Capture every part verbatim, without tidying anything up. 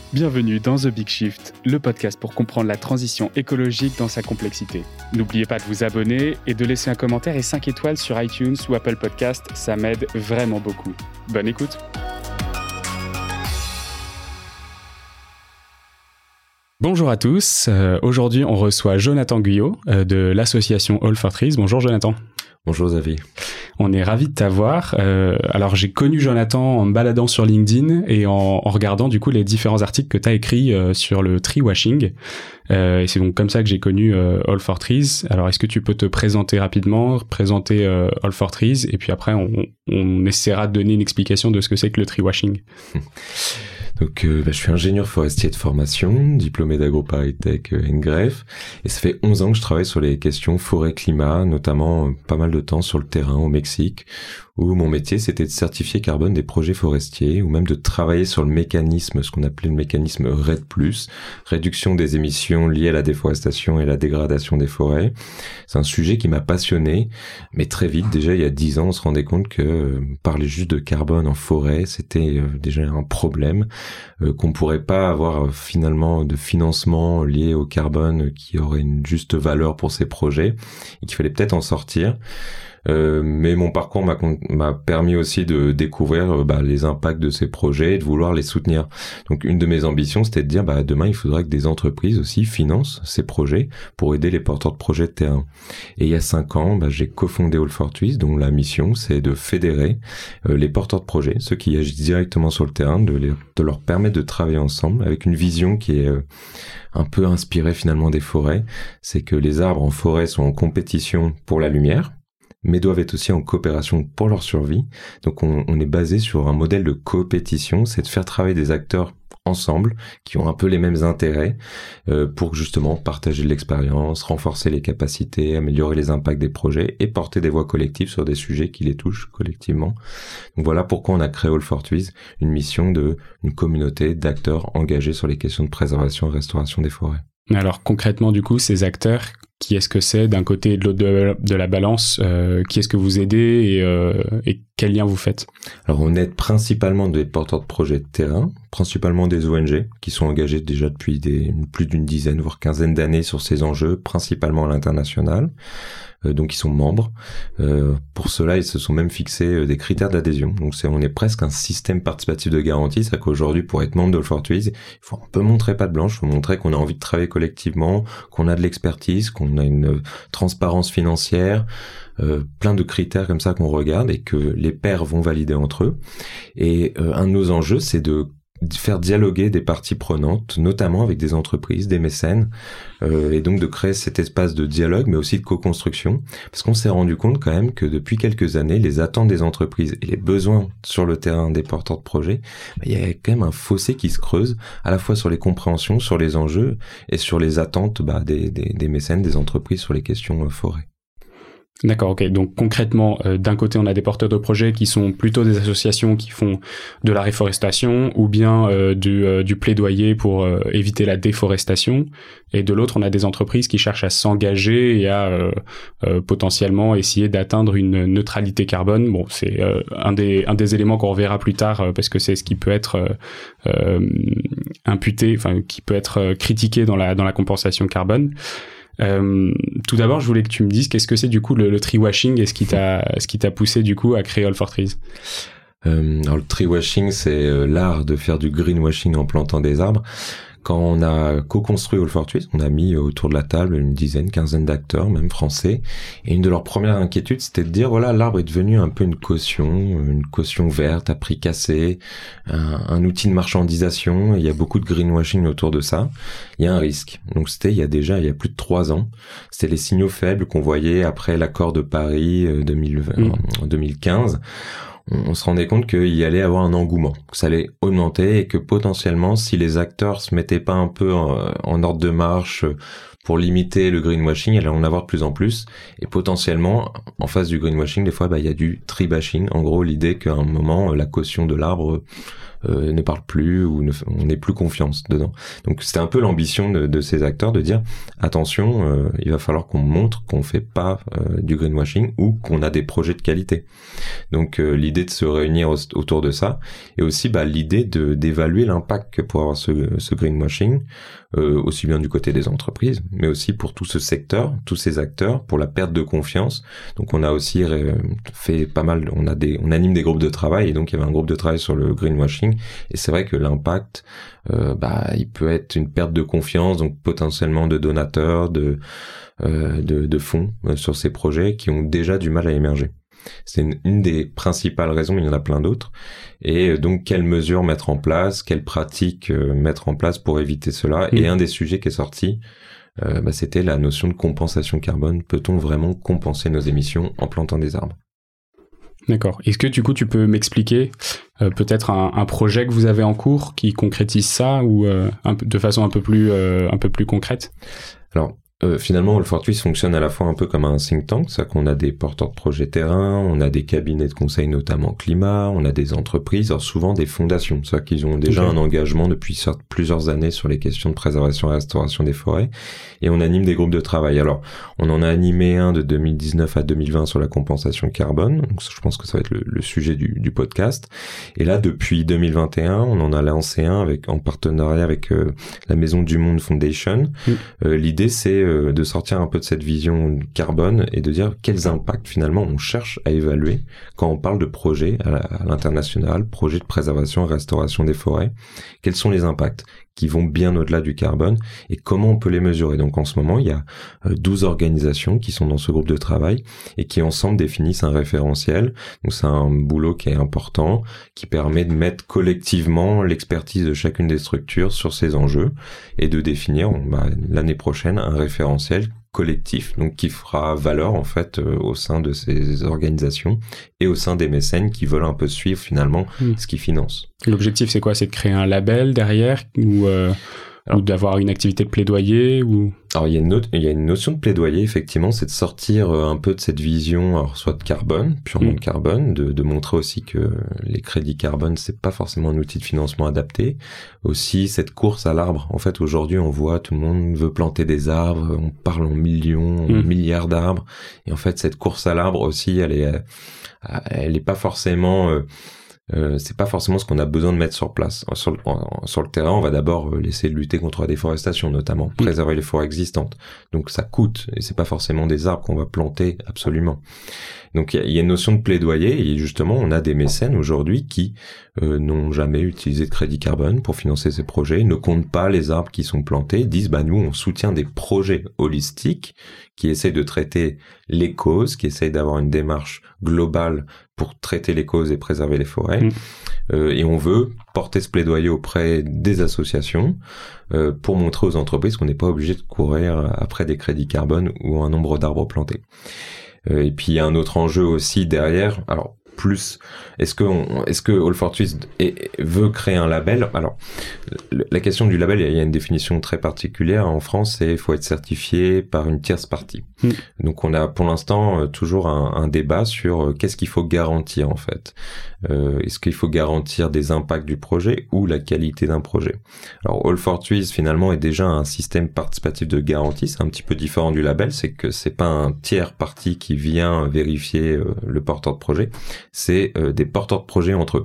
Bienvenue dans The Big Shift, le podcast pour comprendre la transition écologique dans sa complexité. N'oubliez pas de vous abonner et de laisser un commentaire et cinq étoiles sur iTunes ou Apple Podcast, ça m'aide vraiment beaucoup. Bonne écoute. Bonjour à tous, euh, aujourd'hui on reçoit Jonathan Guyot euh, de l'association All for Trees. Bonjour Jonathan. Bonjour Xavier. On est ravis de t'avoir. Euh, alors j'ai connu Jonathan en me baladant sur LinkedIn et en, en regardant du coup les différents articles que tu as écrits euh, sur le tree washing. Euh, et c'est donc comme ça que j'ai connu euh, All for Trees. Alors est-ce que tu peux te présenter rapidement, présenter euh, All for Trees et puis après on, on essaiera de donner une explication de ce que c'est que le tree washing. Donc, euh, bah, je suis ingénieur forestier de formation, diplômé d'AgroParisTech euh, N G R E F, et ça fait onze ans que je travaille sur les questions forêt-climat, notamment euh, pas mal de temps sur le terrain au Mexique, où mon métier c'était de certifier carbone des projets forestiers, ou même de travailler sur le mécanisme, ce qu'on appelait le mécanisme R E D plus, réduction des émissions liées à la déforestation et la dégradation des forêts. C'est un sujet qui m'a passionné, mais très vite, déjà il y a dix ans, on se rendait compte que euh, parler juste de carbone en forêt, c'était euh, déjà un problème. Euh, qu'on pourrait pas avoir euh, finalement de financement lié au carbone qui aurait une juste valeur pour ces projets et qu'il fallait peut-être en sortir. Euh, mais mon parcours m'a, m'a permis aussi de découvrir euh, bah, les impacts de ces projets et de vouloir les soutenir. Donc une de mes ambitions, c'était de dire bah, demain il faudrait que des entreprises aussi financent ces projets pour aider les porteurs de projets de terrain. Et il y a cinq ans, bah, j'ai cofondé All for Trees, dont la mission c'est de fédérer euh, les porteurs de projets, ceux qui agissent directement sur le terrain, de, les, de leur permettre de travailler ensemble avec une vision qui est euh, un peu inspirée finalement des forêts. C'est que les arbres en forêt sont en compétition pour la lumière, mais doivent être aussi en coopération pour leur survie. Donc on, on est basé sur un modèle de coopétition, c'est de faire travailler des acteurs ensemble, qui ont un peu les mêmes intérêts, euh, pour justement partager de l'expérience, renforcer les capacités, améliorer les impacts des projets et porter des voix collectives sur des sujets qui les touchent collectivement. Donc voilà pourquoi on a créé All for Trees, une mission de une communauté d'acteurs engagés sur les questions de préservation et restauration des forêts. Alors concrètement du coup, ces acteurs, qui est-ce que c'est d'un côté et de l'autre de, de la balance, euh, qui est-ce que vous aidez et, euh, et quel lien vous faites? Alors on aide principalement des porteurs de projets de terrain, principalement des O N G qui sont engagés déjà depuis des, plus d'une dizaine voire quinzaine d'années sur ces enjeux, principalement à l'international. Euh, donc ils sont membres. Euh, pour cela, ils se sont même fixés euh, des critères d'adhésion. Donc c'est, on est presque un système participatif de garantie. C'est-à-dire qu'aujourd'hui, pour être membre de All for Trees, il faut un peu montrer patte blanche, il faut montrer qu'on a envie de travailler collectivement, qu'on a de l'expertise, qu'on a une euh, transparence financière, euh, plein de critères comme ça qu'on regarde et que les pairs vont valider entre eux. Et euh, un de nos enjeux, c'est de faire dialoguer des parties prenantes, notamment avec des entreprises, des mécènes, euh, et donc de créer cet espace de dialogue, mais aussi de co-construction, parce qu'on s'est rendu compte quand même que depuis quelques années, les attentes des entreprises et les besoins sur le terrain des porteurs de projets, bah, il y a quand même un fossé qui se creuse, à la fois sur les compréhensions, sur les enjeux, et sur les attentes bah, des, des, des mécènes, des entreprises sur les questions euh, forêt. D'accord, ok. Donc concrètement, euh, d'un côté, on a des porteurs de projets qui sont plutôt des associations qui font de la réforestation ou bien euh, du, euh, du plaidoyer pour euh, éviter la déforestation. Et de l'autre, on a des entreprises qui cherchent à s'engager et à euh, euh, potentiellement essayer d'atteindre une neutralité carbone. Bon, c'est euh, un des un des éléments qu'on reverra plus tard euh, parce que c'est ce qui peut être euh, euh, imputé, enfin qui peut être euh, critiqué dans la dans la compensation carbone. Euh, tout d'abord, je voulais que tu me dises qu'est-ce que c'est du coup le, le tree washing et ce qui t'a, ce qui t'a poussé du coup à créer All for Trees. Euh, alors le tree washing, c'est euh, l'art de faire du greenwashing en plantant des arbres. Quand on a co-construit All for Trees, on a mis autour de la table une dizaine, quinzaine d'acteurs, même français. Et une de leurs premières inquiétudes, c'était de dire, voilà, l'arbre est devenu un peu une caution, une caution verte à prix cassé, un, un outil de marchandisation. Il y a beaucoup de greenwashing autour de ça. Il y a un risque. Donc c'était il y a déjà, il y a plus de trois ans. C'était les signaux faibles qu'on voyait après l'accord de Paris deux mille vingt, mmh. en deux mille quinze. On se rendait compte qu'il y allait avoir un engouement, que ça allait augmenter et que potentiellement, si les acteurs se mettaient pas un peu en, en ordre de marche pour limiter le greenwashing, il allait en avoir de plus en plus. Et potentiellement, en face du greenwashing, des fois, bah, il y a du tree bashing. En gros, l'idée qu'à un moment, la caution de l'arbre euh, ne parle plus ou ne, on n'ait plus confiance dedans. Donc c'était un peu l'ambition de, de ces acteurs de dire attention, euh, il va falloir qu'on montre qu'on fait pas euh, du greenwashing ou qu'on a des projets de qualité. Donc euh, l'idée de se réunir au, autour de ça et aussi bah, l'idée de d'évaluer l'impact que pourrait avoir ce, ce greenwashing, euh, aussi bien du côté des entreprises, mais aussi pour tout ce secteur, tous ces acteurs, pour la perte de confiance. Donc on a aussi euh, fait pas mal, on a des, on anime des groupes de travail et donc il y avait un groupe de travail sur le greenwashing et c'est vrai que l'impact, euh, bah il peut être une perte de confiance, donc potentiellement de donateurs, de euh, de, de fonds euh, sur ces projets qui ont déjà du mal à émerger. C'est une, une des principales raisons, mais il y en a plein d'autres. Et donc, quelles mesures mettre en place, quelles pratiques euh, mettre en place pour éviter cela. Mmh. Et un des sujets qui est sorti, euh, bah, c'était la notion de compensation carbone. Peut-on vraiment compenser nos émissions en plantant des arbres ? D'accord. Est-ce que du coup, tu peux m'expliquer euh, peut-être un, un projet que vous avez en cours qui concrétise ça ou euh, un, de façon un peu plus, euh, un peu plus concrète ? Alors, Euh, finalement, All for Trees fonctionne à la fois un peu comme un think tank, c'est-à-dire qu'on a des porteurs de projets terrain, on a des cabinets de conseil notamment climat, on a des entreprises, alors souvent des fondations, c'est-à-dire qu'ils ont déjà okay. un engagement depuis plusieurs années sur les questions de préservation et restauration des forêts, et on anime des groupes de travail. Alors, on en a animé un de deux mille dix-neuf à deux mille vingt sur la compensation carbone, donc je pense que ça va être le, le sujet du, du podcast, et là, depuis deux mille vingt et un, on en a lancé un avec, en partenariat avec euh, la Maison du Monde Foundation. Mm. Euh, l'idée, c'est de sortir un peu de cette vision carbone et de dire quels impacts finalement on cherche à évaluer quand on parle de projets à l'international, projets de préservation et restauration des forêts. Quels sont les impacts qui vont bien au-delà du carbone et comment on peut les mesurer. Donc en ce moment, il y a douze organisations qui sont dans ce groupe de travail et qui ensemble définissent un référentiel. Donc c'est un boulot qui est important, qui permet de mettre collectivement l'expertise de chacune des structures sur ces enjeux et de définir bah, l'année prochaine un référentiel collectif, donc qui fera valeur en fait euh, au sein de ces organisations et au sein des mécènes qui veulent un peu suivre finalement mmh. ce qu'ils financent. L'objectif c'est quoi ? C'est de créer un label derrière ou, euh, Alors, ou d'avoir une activité de plaidoyer ou... Alors il y a une autre, il y a une notion de plaidoyer effectivement, c'est de sortir un peu de cette vision, alors soit de carbone, purement mmh. carbone, de, de montrer aussi que les crédits carbone c'est pas forcément un outil de financement adapté. Aussi cette course à l'arbre. En fait aujourd'hui on voit tout le monde veut planter des arbres, on parle en millions, en mmh. milliards d'arbres, et en fait cette course à l'arbre aussi elle est, elle est pas forcément euh, Euh, c'est pas forcément ce qu'on a besoin de mettre sur place. Sur le, en, sur le terrain, on va d'abord laisser lutter contre la déforestation, notamment mmh. préserver les forêts existantes. Donc ça coûte, et c'est pas forcément des arbres qu'on va planter absolument. Donc il y, y a une notion de plaidoyer, et justement on a des mécènes aujourd'hui qui euh, n'ont jamais utilisé de crédit carbone pour financer ces projets, ne comptent pas les arbres qui sont plantés, disent bah nous on soutient des projets holistiques qui essayent de traiter les causes, qui essayent d'avoir une démarche globale pour traiter les causes et préserver les forêts. Mmh. Euh, et on veut porter ce plaidoyer auprès des associations euh, pour montrer aux entreprises qu'on n'est pas obligé de courir après des crédits carbone ou un nombre d'arbres plantés. Euh, et puis il y a un autre enjeu aussi derrière. Alors plus, est-ce que on, est-ce que All for Trees veut créer un label ? Alors la question du label, il y a une définition très particulière en France, c'est il faut être certifié par une tierce partie. Mmh. Donc on a pour l'instant toujours un, un débat sur qu'est-ce qu'il faut garantir en fait. Euh, est-ce qu'il faut garantir des impacts du projet ou la qualité d'un projet ? Alors All for Trees finalement est déjà un système participatif de garantie, c'est un petit peu différent du label, c'est que c'est pas un tiers parti qui vient vérifier euh, le porteur de projet, c'est euh, des porteurs de projet entre eux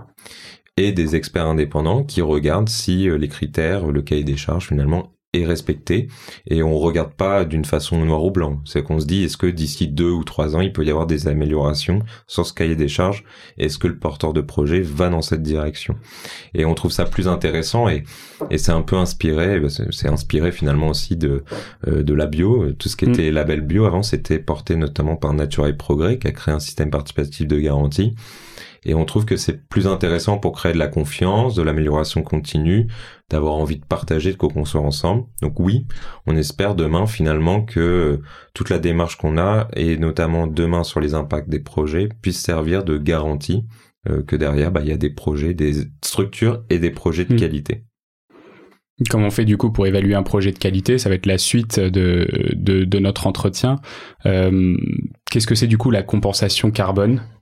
et des experts indépendants qui regardent si euh, les critères, le cahier des charges finalement est respecté, et on regarde pas d'une façon noir ou blanc. C'est qu'on se dit, est-ce que d'ici deux ou trois ans, il peut y avoir des améliorations sur ce cahier des charges? Est-ce que le porteur de projet va dans cette direction? Et on trouve ça plus intéressant, et, et c'est un peu inspiré, c'est inspiré finalement aussi de, euh, de la bio. Tout ce qui était mmh. label bio avant, c'était porté notamment par Nature et Progrès, qui a créé un système participatif de garantie. Et on trouve que c'est plus intéressant pour créer de la confiance, de l'amélioration continue, d'avoir envie de partager, de co-construire ensemble. Donc oui, on espère demain finalement que toute la démarche qu'on a, et notamment demain sur les impacts des projets, puisse servir de garantie euh, que derrière, bah, il y a des projets, des structures et des projets de mmh. qualité. Comment on fait du coup pour évaluer un projet de qualité? Ça va être la suite de, de, de notre entretien. Euh, qu'est-ce que c'est du coup la compensation carbone?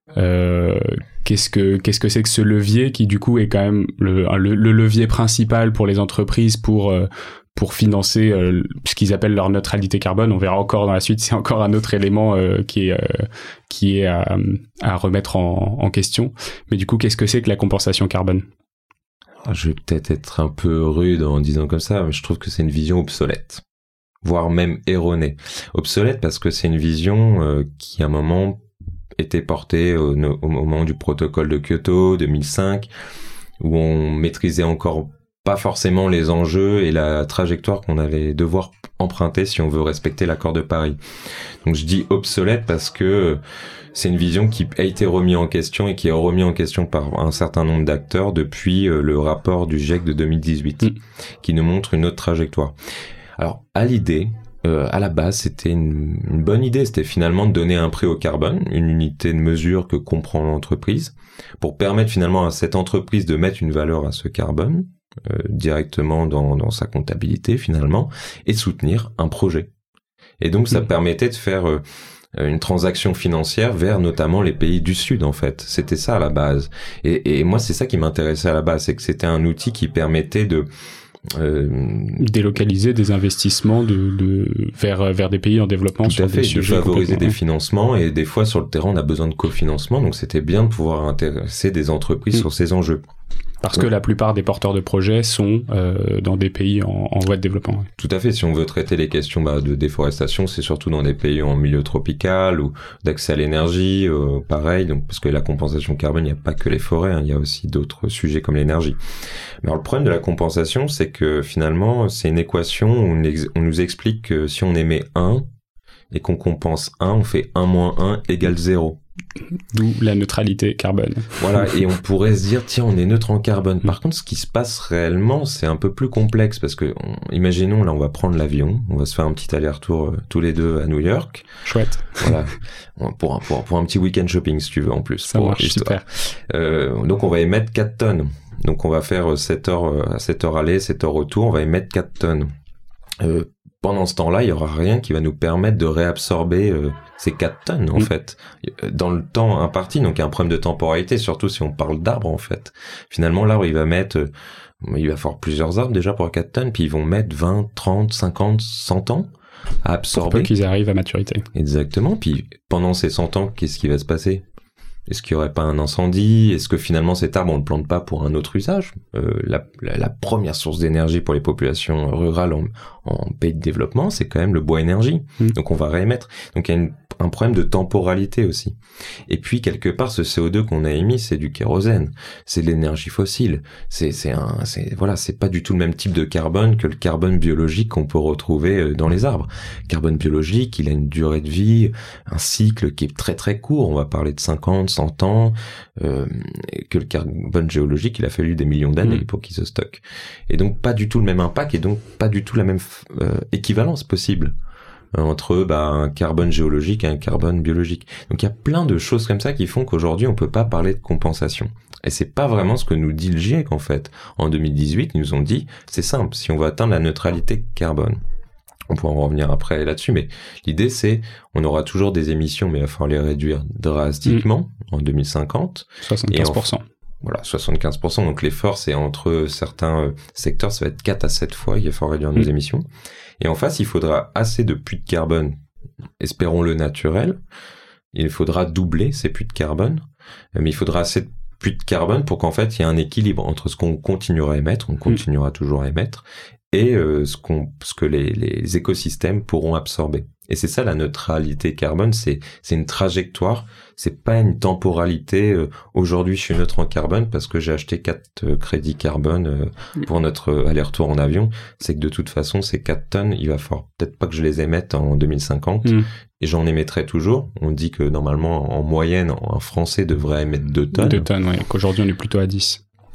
Euh, qu'est-ce que qu'est-ce que c'est que ce levier qui du coup est quand même le le, le levier principal pour les entreprises pour euh, pour financer euh, ce qu'ils appellent leur neutralité carbone. On verra encore dans la suite, c'est encore un autre élément euh, qui est euh, qui est à, à remettre en, en question. Mais du coup, qu'est-ce que c'est que la compensation carbone? Je vais peut-être être un peu rude en disant comme ça, mais je trouve que c'est une vision obsolète, voire même erronée. Obsolète parce que c'est une vision euh, qui à un moment était portée au, au moment du protocole de Kyoto deux mille cinq, où on maîtrisait encore pas forcément les enjeux et la trajectoire qu'on allait devoir emprunter si on veut respecter l'accord de Paris. Donc je dis obsolète parce que c'est une vision qui a été remise en question et qui est remise en question par un certain nombre d'acteurs depuis le rapport du GIEC de deux mille dix-huit, mmh. qui nous montre une autre trajectoire. Alors à l'idée, Euh, à la base, c'était une, une bonne idée. C'était finalement de donner un prix au carbone, une unité de mesure que comprend l'entreprise, pour permettre finalement à cette entreprise de mettre une valeur à ce carbone euh, directement dans, dans sa comptabilité finalement, et soutenir un projet. Et donc, ça mmh. permettait de faire euh, une transaction financière vers notamment les pays du Sud, en fait. C'était ça à la base. Et, et moi, c'est ça qui m'intéressait à la base, c'est que c'était un outil qui permettait de Euh, délocaliser des investissements de, de vers vers des pays en développement. Tout à fait, de favoriser des financements, et des fois sur le terrain on a besoin de cofinancement, donc c'était bien de pouvoir intéresser des entreprises mmh. sur ces enjeux. Parce que la plupart des porteurs de projets sont euh, dans des pays en, en voie de développement. Tout à fait. Si on veut traiter les questions bah, de déforestation, c'est surtout dans des pays en milieu tropical ou d'accès à l'énergie, euh, pareil. Donc parce que la compensation carbone, il n'y a pas que les forêts, hein, il y a aussi d'autres sujets comme l'énergie. Mais alors le problème de la compensation, c'est que finalement, c'est une équation où on, ex- on nous explique que si on émet un et qu'on compense un, on fait un moins un égale zéro. D'où la neutralité carbone. Voilà, et on pourrait se dire, tiens, on est neutre en carbone. Par contre, ce qui se passe réellement, c'est un peu plus complexe, parce que, on, imaginons, là, on va prendre l'avion, on va se faire un petit aller-retour euh, tous les deux à New York. Chouette. Voilà, pour un, pour, pour un petit week-end shopping, si tu veux, en plus. Ça marche, super. Euh, donc, on va émettre quatre tonnes. Donc, on va faire sept heures, sept heures aller, sept heures retour, on va émettre quatre tonnes. Euh, pendant ce temps-là, il y aura rien qui va nous permettre de réabsorber euh, ces quatre tonnes, en mmh. fait, dans le temps imparti. Donc, il y a un problème de temporalité, surtout si on parle d'arbres, en fait. Finalement, l'arbre, il va mettre, euh, il va falloir plusieurs arbres déjà pour quatre tonnes, puis ils vont mettre vingt, trente, cinquante, cent ans à absorber. Pour peu qu'ils arrivent à maturité. Exactement. Puis, pendant ces cent ans, qu'est-ce qui va se passer ? Est-ce qu'il n'y aurait pas un incendie ? Est-ce que finalement cet arbre, on ne le plante pas pour un autre usage ? euh, la, la, la première source d'énergie pour les populations rurales en, en pays de développement, c'est quand même le bois énergie. Mmh. Donc on va réémettre. Donc il y a une, un problème de temporalité aussi. Et puis quelque part, ce C O deux qu'on a émis, c'est du kérosène, c'est de l'énergie fossile. C'est, c'est un, c'est voilà, c'est pas du tout le même type de carbone que le carbone biologique qu'on peut retrouver dans les arbres. Carbone biologique, il a une durée de vie, un cycle qui est très très court. On va parler de cinquante, cent ans, euh, que le carbone géologique, il a fallu des millions d'années mmh. pour qu'il se stocke. Et donc pas du tout le même impact, et donc pas du tout la même euh, équivalence possible euh, entre bah, un carbone géologique et un carbone biologique. Donc il y a plein de choses comme ça qui font qu'aujourd'hui on peut pas parler de compensation. Et c'est pas vraiment ce que nous dit le GIEC en fait. En deux mille dix-huit, ils nous ont dit, c'est simple, si on veut atteindre la neutralité carbone, on pourra en revenir après là-dessus, mais l'idée c'est, on aura toujours des émissions, mais il va falloir les réduire drastiquement mmh. en deux mille cinquante. soixante-quinze pour cent. En, voilà, soixante-quinze pour cent. Donc l'effort, c'est entre certains euh, secteurs, ça va être quatre à sept fois, il va falloir réduire nos mmh. émissions. Et en face, il faudra assez de puits de carbone, espérons-le naturel. Il faudra doubler ces puits de carbone, mais il faudra assez de puits de carbone pour qu'en fait, il y ait un équilibre entre ce qu'on continuera à émettre, on continuera mmh. toujours à émettre, et euh, ce qu'on ce que les les écosystèmes pourront absorber. Et c'est ça la neutralité carbone, c'est c'est une trajectoire, c'est pas une temporalité. Euh, aujourd'hui, je suis neutre en carbone parce que j'ai acheté quatre euh, crédits carbone euh, pour notre euh, aller-retour en avion. C'est que de toute façon, ces quatre tonnes, il va falloir peut-être pas que je les émette en deux mille cinquante, mmh. et j'en émettrai toujours. On dit que normalement, en moyenne, un Français devrait émettre deux tonnes. Deux tonnes, ouais. Qu'aujourd'hui, on est plutôt à dix.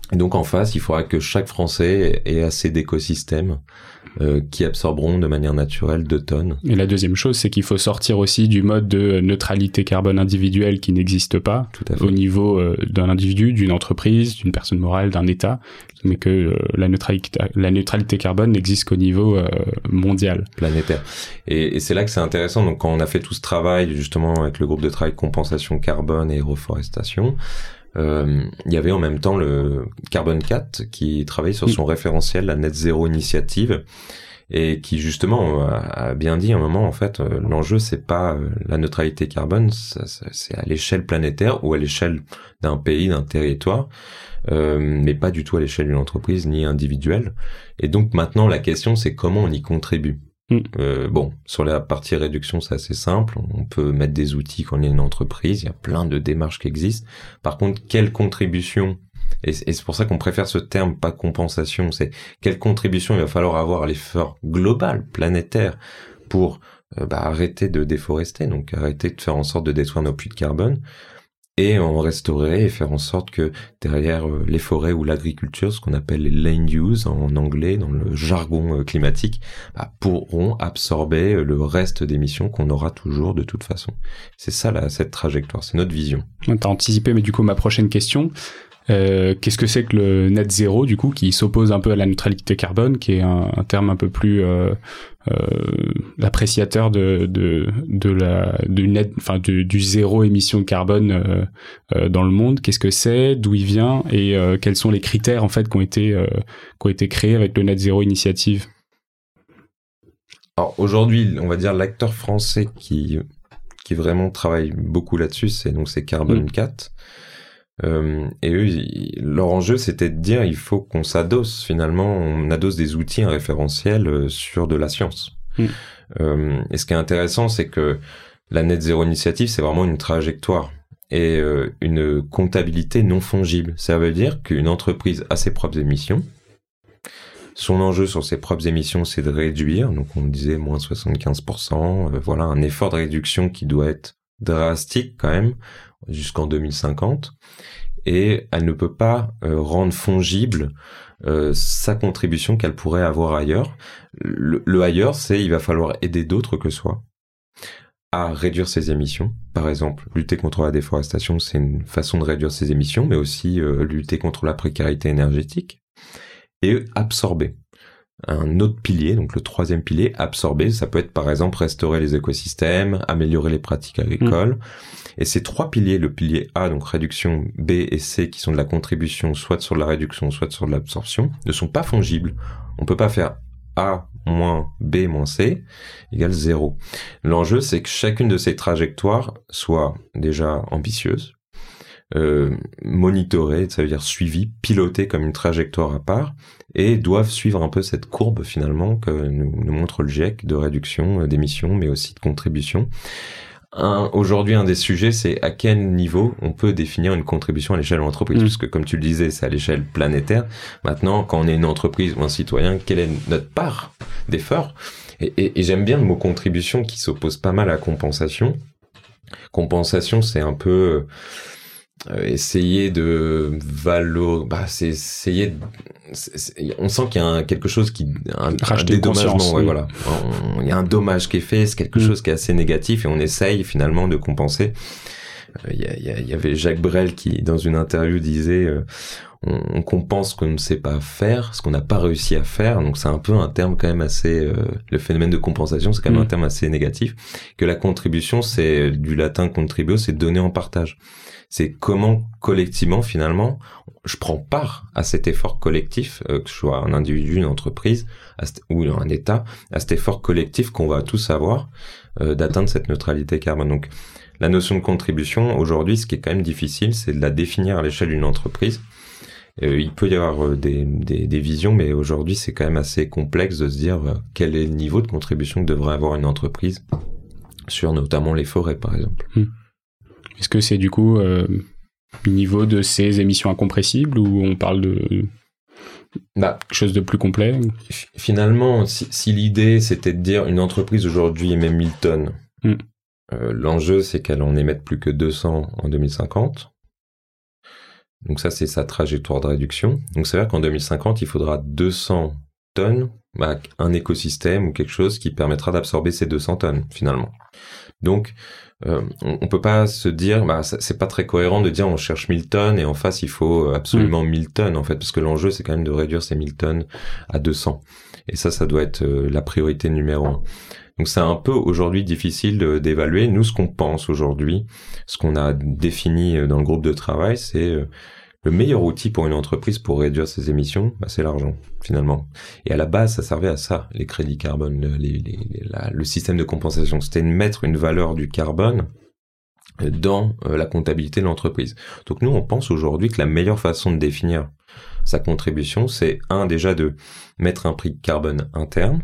Et donc en face, il faudra que chaque Français ait assez d'écosystèmes euh, qui absorberont de manière naturelle deux tonnes. Et la deuxième chose, c'est qu'il faut sortir aussi du mode de neutralité carbone individuelle qui n'existe pas au niveau euh, d'un individu, d'une entreprise, d'une personne morale, d'un État, mais que euh, la neutralité, la neutralité carbone n'existe qu'au niveau euh, mondial. Planétaire. Et, et c'est là que c'est intéressant. Donc quand on a fait tout ce travail justement avec le groupe de travail compensation carbone et reforestation, Euh, il y avait en même temps le Carbone quatre qui travaillait sur son mmh. référentiel, la Net Zero Initiative, et qui justement a bien dit à un moment, en fait, euh, l'enjeu c'est pas euh, la neutralité carbone, ça, ça, c'est à l'échelle planétaire ou à l'échelle d'un pays, d'un territoire, euh, mais pas du tout à l'échelle d'une entreprise ni individuelle. Et donc maintenant la question c'est comment on y contribue. Mmh. Euh, bon, sur la partie réduction, c'est assez simple. On peut mettre des outils quand on est une entreprise. Il y a plein de démarches qui existent. Par contre, quelle contribution, et, et c'est pour ça qu'on préfère ce terme, pas compensation, c'est quelle contribution il va falloir avoir à l'effort global, planétaire, pour euh, bah, arrêter de déforester, donc arrêter de faire en sorte de détruire nos puits de carbone, et en restaurer et faire en sorte que derrière euh, les forêts ou l'agriculture, ce qu'on appelle les land use en anglais, dans le jargon euh, climatique, bah, pourront absorber euh, le reste d'émissions qu'on aura toujours de toute façon. C'est ça là, cette trajectoire, c'est notre vision. T'as anticipé, mais du coup ma prochaine question, euh, qu'est-ce que c'est que le net zéro du coup, qui s'oppose un peu à la neutralité carbone, qui est un, un terme un peu plus euh, euh, l'appréciateur de de de la du net, enfin du, du zéro émission de carbone euh, euh, dans le monde. Qu'est-ce que c'est, d'où il vient et euh, quels sont les critères en fait qui ont été euh, qui ont été créés avec le net zéro initiative? Alors aujourd'hui, on va dire l'acteur français qui qui vraiment travaille beaucoup là-dessus, c'est donc c'est Carbone quatre. Euh, et eux, ils, leur enjeu, c'était de dire il faut qu'on s'adosse, finalement, on adosse des outils, un référentiel euh, sur de la science. Mm. Euh, et ce qui est intéressant, c'est que la Net Zero Initiative, c'est vraiment une trajectoire et euh, une comptabilité non fongible. Ça veut dire qu'une entreprise a ses propres émissions. Son enjeu sur ses propres émissions, c'est de réduire. Donc, on disait moins soixante-quinze pour cent. Euh, voilà, un effort de réduction qui doit être drastique quand même, jusqu'en deux mille cinquante. Et elle ne peut pas euh, rendre fongible euh, sa contribution qu'elle pourrait avoir ailleurs. Le, le ailleurs, c'est il va falloir aider d'autres que soi à réduire ses émissions. Par exemple, lutter contre la déforestation, c'est une façon de réduire ses émissions, mais aussi euh, lutter contre la précarité énergétique et absorber. Un autre pilier, donc le troisième pilier, absorber, ça peut être par exemple restaurer les écosystèmes, améliorer les pratiques agricoles. Mmh. Et ces trois piliers, le pilier A, donc réduction, B et C, qui sont de la contribution, soit sur de la réduction, soit sur de l'absorption, ne sont pas fongibles. On peut pas faire A moins B moins C égale zéro. L'enjeu, c'est que chacune de ces trajectoires soit déjà ambitieuse, euh, monitorée, ça veut dire suivie, pilotée comme une trajectoire à part, et doivent suivre un peu cette courbe finalement que nous, nous montre le GIEC de réduction d'émissions, mais aussi de contribution. Un, aujourd'hui, un des sujets, c'est à quel niveau on peut définir une contribution à l'échelle de l'entreprise, mmh. parce que comme tu le disais, c'est à l'échelle planétaire. Maintenant, quand on est une entreprise ou un citoyen, quelle est notre part d'effort? et, et, et j'aime bien le mot contribution qui s'oppose pas mal à compensation. Compensation, c'est un peu euh, essayer de valoriser, bah, c'est essayer de... c'est, c'est... on sent qu'il y a un, quelque chose qui, un, un dédommagement, ouais, oui. Voilà. On, il y a un dommage qui est fait, c'est quelque mmh. chose qui est assez négatif et on essaye finalement de compenser. Il euh, y, y, y avait Jacques Brel qui, dans une interview, disait euh, on, on compense ce qu'on ne sait pas faire, ce qu'on n'a pas réussi à faire. Donc c'est un peu un terme quand même assez... Euh, le phénomène de compensation, c'est quand même mmh. un terme assez négatif. Que la contribution, c'est du latin contribio, c'est donner en partage. C'est comment collectivement, finalement, je prends part à cet effort collectif, euh, que je sois un individu, une entreprise à cet, ou un État, à cet effort collectif qu'on va tous avoir euh, d'atteindre cette neutralité carbone. Donc, la notion de contribution, aujourd'hui, ce qui est quand même difficile, c'est de la définir à l'échelle d'une entreprise. Euh, il peut y avoir des, des, des visions, mais aujourd'hui, c'est quand même assez complexe de se dire euh, quel est le niveau de contribution que devrait avoir une entreprise sur notamment les forêts, par exemple. Mmh. Est-ce que c'est du coup euh, niveau de ces émissions incompressibles ou on parle de bah, quelque chose de plus complet? Finalement, si, si l'idée c'était de dire une entreprise aujourd'hui émet mille tonnes, mm. euh, l'enjeu c'est qu'elle en émette plus que deux cents en deux mille cinquante. Donc ça, c'est sa trajectoire de réduction. Donc ça veut dire qu'en deux mille cinquante, il faudra deux cents tonnes, bah, un écosystème ou quelque chose qui permettra d'absorber ces deux cents tonnes, finalement. Donc, euh, on, on peut pas se dire, bah, c'est pas très cohérent de dire on cherche mille tonnes et en face, il faut absolument mmh. mille tonnes, en fait, parce que l'enjeu, c'est quand même de réduire ces mille tonnes à deux cents. Et ça, ça doit être euh, la priorité numéro un. Donc c'est un peu aujourd'hui difficile de, d'évaluer. Nous, ce qu'on pense aujourd'hui, ce qu'on a défini dans le groupe de travail, c'est euh, le meilleur outil pour une entreprise pour réduire ses émissions, bah, c'est l'argent, finalement. Et à la base, ça servait à ça, les crédits carbone, les, les, les, la, le système de compensation. C'était de mettre une valeur du carbone dans euh, la comptabilité de l'entreprise. Donc nous, on pense aujourd'hui que la meilleure façon de définir sa contribution, c'est un, déjà de mettre un prix carbone interne,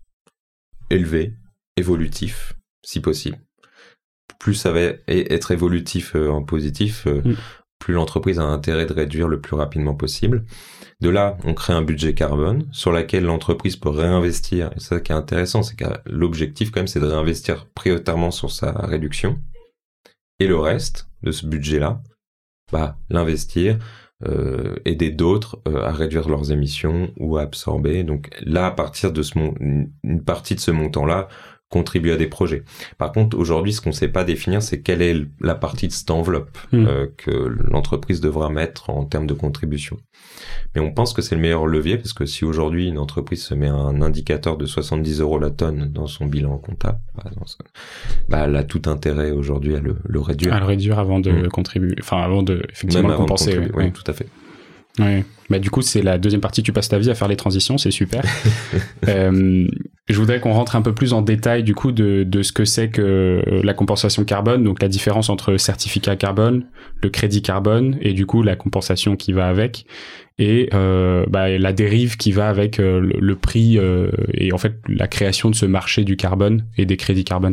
élevé, évolutif, si possible. Plus ça va être évolutif euh, en positif, euh, mmh. plus l'entreprise a intérêt de réduire le plus rapidement possible. De là, on crée un budget carbone sur lequel l'entreprise peut réinvestir. Et ça qui est intéressant, c'est que l'objectif quand même, c'est de réinvestir prioritairement sur sa réduction. Et le reste de ce budget-là, bah, l'investir, euh, aider d'autres euh, à réduire leurs émissions ou à absorber. Donc là, à partir de ce mon- une partie de ce montant-là, contribuer à des projets. Par contre, aujourd'hui, ce qu'on ne sait pas définir, c'est quelle est la partie de cette enveloppe mmh. euh, que l'entreprise devra mettre en termes de contribution. Mais on pense que c'est le meilleur levier, parce que si aujourd'hui une entreprise se met un indicateur de soixante-dix euros la tonne dans son bilan comptable, bah, dans ce... bah, elle a tout intérêt aujourd'hui à le, le réduire. À le réduire avant de mmh. contribuer, enfin avant de effectivement Même le compenser. Oui, oui, oui, tout à fait. Oui. Bah, du coup, c'est la deuxième partie. Tu passes ta vie à faire les transitions, c'est super. euh, je voudrais qu'on rentre un peu plus en détail du coup de, de ce que c'est que la compensation carbone, donc la différence entre certificat carbone, le crédit carbone et du coup la compensation qui va avec, et euh, bah, la dérive qui va avec euh, le, le prix euh, et en fait la création de ce marché du carbone et des crédits carbone.